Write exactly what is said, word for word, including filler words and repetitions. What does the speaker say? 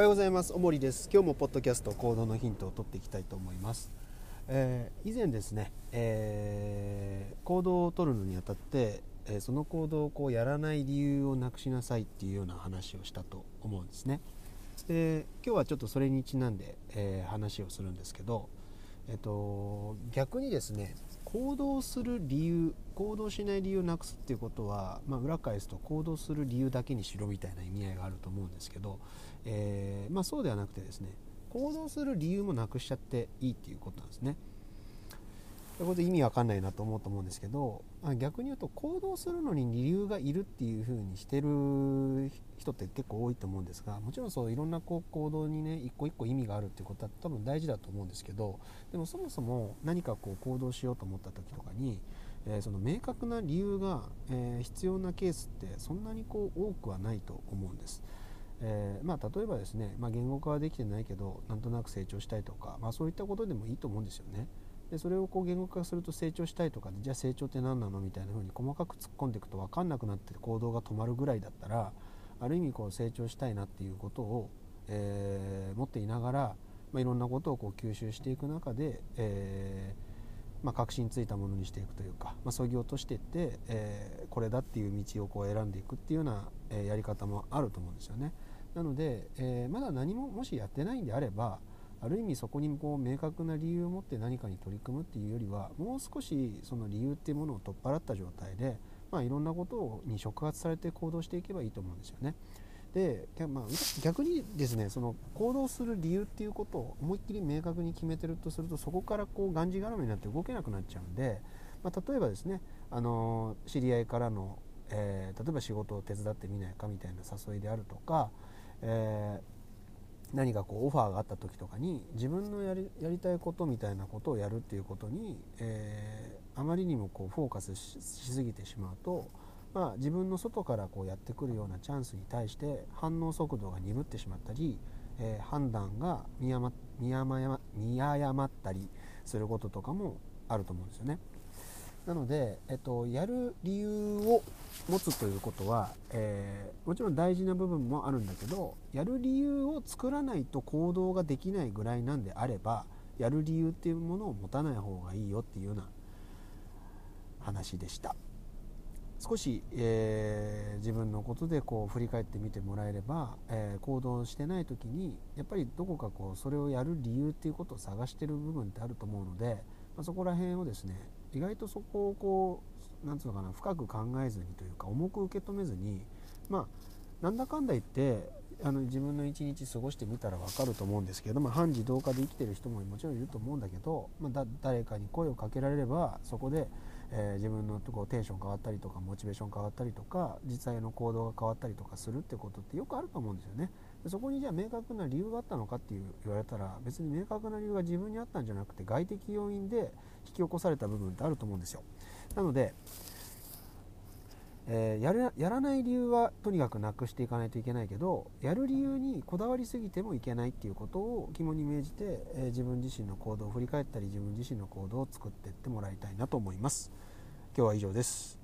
おはようございます。おもりです。今日もポッドキャスト行動のヒントを取っていきたいと思います。えー、以前ですね、えー、行動を取るのにあたって、えー、その行動をこうやらない理由をなくしなさいっていうような話をしたと思うんですね。で、今日はちょっとそれにちなんで、えー、話をするんですけど、えっと、逆にですね、行動する理由、行動しない理由をなくすっていうことは、まあ、裏返すと行動する理由だけにしろみたいな意味合いがあると思うんですけど、えーまあ、そうではなくてですね、行動する理由もなくしちゃっていいっていうことなんですね。これで意味わかんないなと思うと思うんですけど、逆に言うと行動するのに理由がいるっていう風にしてる人って結構多いと思うんですが、もちろんそういろんなこう行動にね一個一個意味があるっていうことは多分大事だと思うんですけど、でもそもそも何かこう行動しようと思った時とかに、えー、その明確な理由が、えー、必要なケースってそんなにこう多くはないと思うんです。えーまあ、例えばですね、まあ、言語化はできてないけどなんとなく成長したいとか、まあ、そういったことでもいいと思うんですよね。でそれをこう言語化すると成長したいとかで、じゃあ成長って何なのみたいな風に細かく突っ込んでいくと分かんなくなって行動が止まるぐらいだったら、ある意味こう成長したいなっていうことを、えー、持っていながら、まあ、いろんなことをこう吸収していく中で、えーまあ、確信ついたものにしていくというか、まあ、削ぎ落としていって、えー、これだっていう道をこう選んでいくっていうような、えー、やり方もあると思うんですよね。なので、えー、まだ何ももしやってないんであれば、ある意味そこにこう明確な理由を持って何かに取り組むっていうよりは、もう少しその理由っていうものを取っ払った状態で、まあ、いろんなことに触発されて行動していけばいいと思うんですよね。で、まあ、逆にですね、その行動する理由っていうことを思いっきり明確に決めてるとすると、そこからこうがんじがらめになって動けなくなっちゃうんで、まあ、例えばですね、あの知り合いからの、えー、例えば仕事を手伝ってみないかみたいな誘いであるとか、えー何かこうオファーがあった時とかに自分のやり、やりたいことみたいなことをやるっていうことに、えー、あまりにもこうフォーカス し, しすぎてしまうと、まあ、自分の外からこうやってくるようなチャンスに対して反応速度が鈍ってしまったり、えー、判断が見誤、見誤、見誤ったりすることとかもあると思うんですよね。なので、えっと、やる理由を持つということは、えー、もちろん大事な部分もあるんだけど、やる理由を作らないと行動ができないぐらいなんであれば、やる理由っていうものを持たない方がいいよっていうような話でした。少し、えー、自分のことでこう振り返ってみてもらえれば、えー、行動してない時にやっぱりどこかこうそれをやる理由っていうことを探してる部分ってあると思うので、まあ、そこら辺をですね、意外とそこをこうなんつうのかな、深く考えずにというか重く受け止めずに、まあなんだかんだ言ってあの自分の一日過ごしてみたら分かると思うんですけど、まあ、半自動化で生きてる人ももちろんいると思うんだけど、まあ、だ誰かに声をかけられればそこで、えー、自分のとこテンション変わったりとかモチベーション変わったりとか実際の行動が変わったりとかするってことってよくあると思うんですよね。でそこにじゃあ明確な理由があったのかっていう言われたら、別に明確な理由が自分にあったんじゃなくて外的要因で引き起こされた部分ってあると思うんですよ。なのでえー、やるやらない理由はとにかくなくしていかないといけないけど、やる理由にこだわりすぎてもいけないっていうことを肝に銘じて、えー、自分自身の行動を振り返ったり自分自身の行動を作っていってもらいたいなと思います。今日は以上です。